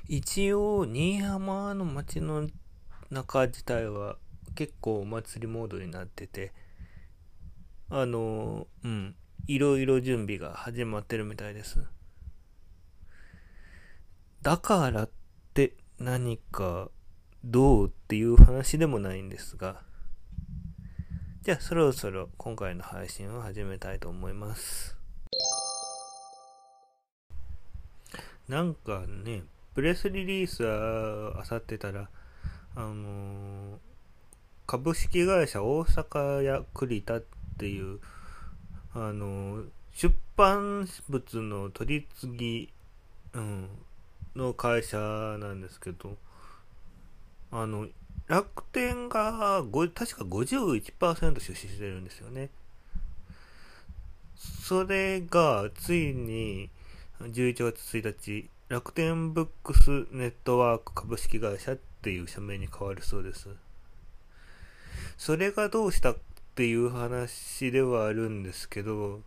一応、新居浜の街の中自体は結構お祭りモードになってて、いろいろ準備が始まってるみたいです。だからって何かどうっていう話でもないんですが、じゃあそろそろ今回の配信を始めたいと思います。なんかね、プレスリリースあさってたら、あのー株式会社大阪屋栗田っていう、出版物の取り次ぎ、の会社なんですけど、あの、楽天が確か51%出資してるんですよね。それがついに11月1日、楽天ブックスネットワーク株式会社っていう社名に変わるそうです。それがどうしたっていう話ではあるんですけど、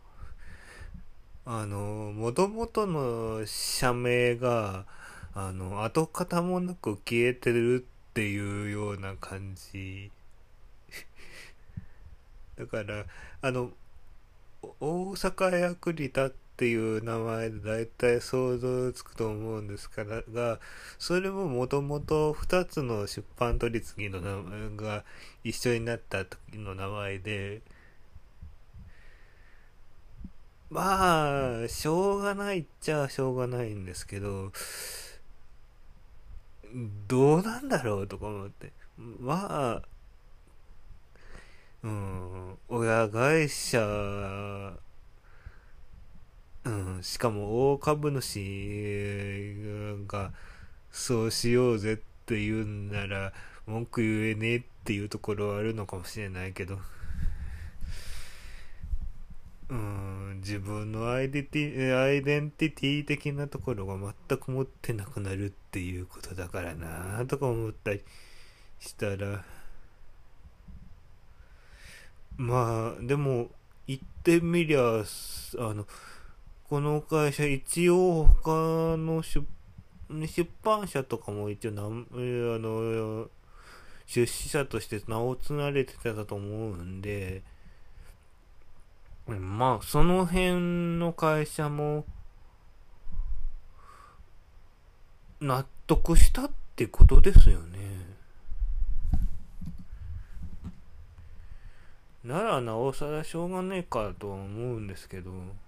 もともとの社名が、跡形もなく消えてるっていうような感じ。だから、あの、大阪ヤクリタっていう名前で大体想像つくと思うんですからが、それももともと2つの出版取り次ぎの名前が一緒になった時の名前で、まあ、しょうがないっちゃしょうがないんですけど、どうなんだろうとか思って。まあ、親会社、しかも大株主がそうしようぜって言うんなら文句言えねえっていうところはあるのかもしれないけど、自分のアイデンティティ的なところが全く持ってなくなるっていうことだからなとか思ったりしたら、まあでも言ってみりゃ、この会社一応他の出版社とかも一応出資者として名を連ねてたと思うんで、まあその辺の会社も納得したってことですよね。ならなおさらしょうがねえかとは思うんですけど、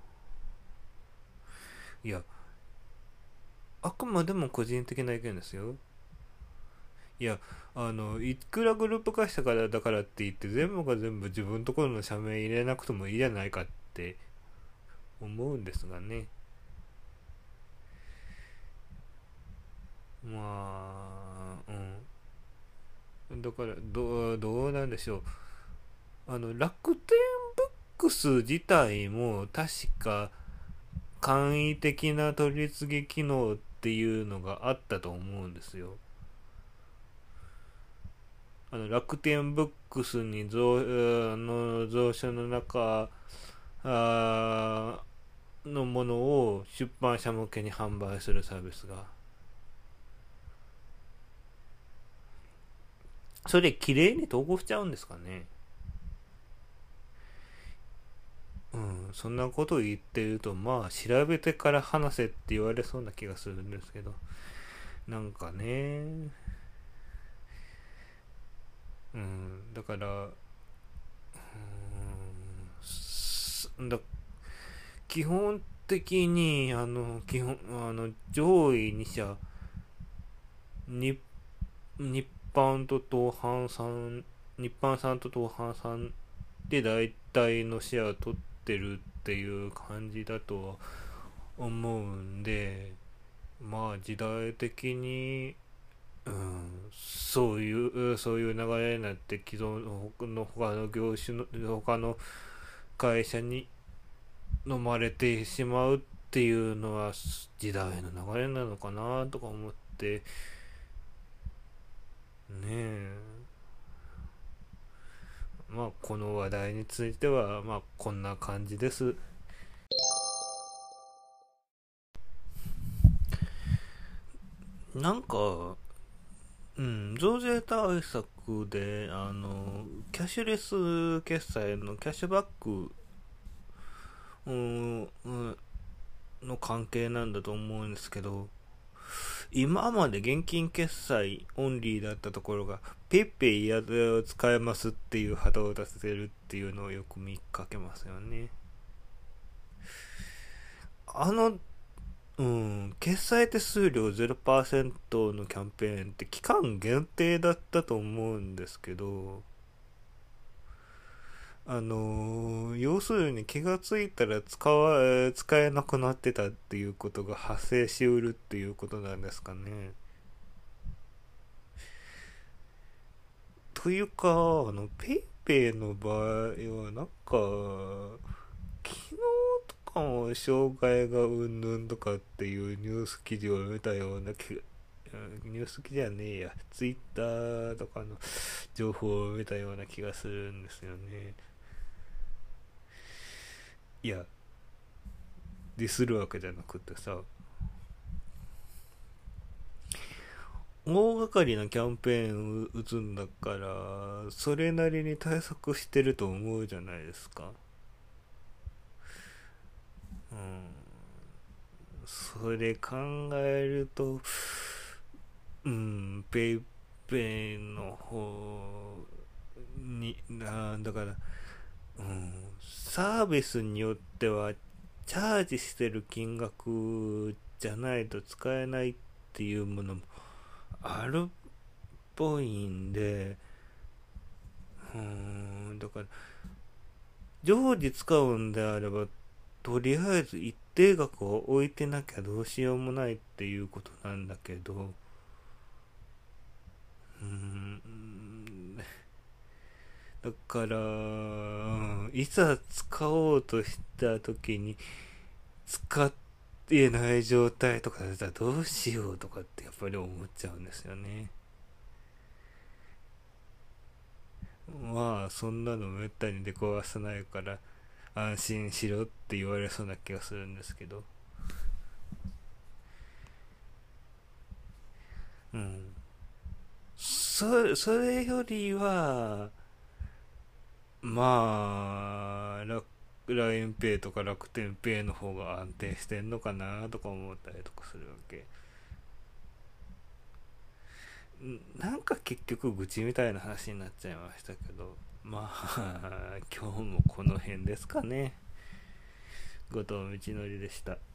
いや、あくまでも個人的な意見ですよ。いや、いくらグループ化したからだからって言って全部が全部自分のところの社名入れなくてもいいじゃないかって思うんですがね。まあ、だからどうなんでしょう。楽天ブックス自体も確か簡易的な取り次ぎ機能っていうのがあったと思うんですよ。楽天ブックスに蔵書の中のものを出版社向けに販売するサービスが。それ綺麗に統合しちゃうんですかね。そんなことを言ってると、まあ、調べてから話せって言われそうな気がするんですけど、なんかね、だから、だ基本的に、上位2社、日日版と東販さん、日版さんと東販さんで大体のシェアを取ってるっていう感じだとは思うんで、まあ時代的に、そういう流れになって既存の他の業種の他の会社に飲まれてしまうっていうのは時代の流れなのかなとか思ってねえ。まあこの話題についてはまあこんな感じです。 なんか、増税対策で、キャッシュレス決済のキャッシュバック、の関係なんだと思うんですけど、今まで現金決済オンリーだったところが、ペイペイやで使えますっていう旗を出せるっていうのをよく見かけますよね。あの、決済手数料0%のキャンペーンって期間限定だったと思うんですけど、要するに気がついたら使えなくなってたっていうことが発生しうるっていうことなんですかね。というか、ペイペイの場合は、昨日とかも障害がうんぬんとかっていうニュース記事を見たようなニュース記事じゃねえや、ツイッターとかの情報を見たような気がするんですよね。いや、ディスるわけじゃなくてさ、大掛かりなキャンペーンを打つんだから、それなりに対策してると思うじゃないですか。うん。それ考えると、ペイペイの方に、だから、サービスによっては、チャージしてる金額じゃないと使えないっていうものもあるっぽいんで、だから、常時使うんであれば、とりあえず一定額を置いてなきゃどうしようもないっていうことなんだけど、うーん、だから、いざ使おうとした時に使ってない状態とかだったらどうしようとかってやっぱり思っちゃうんですよね。まあそんなのめったに出くわさないから安心しろって言われそうな気がするんですけど、うん、それよりはまあLINEPay とか楽天ペイの方が安定してんのかなとか思ったりとかするわけ。なんか結局愚痴みたいな話になっちゃいましたけど、まあ今日もこの辺ですかね。後藤道のりでした。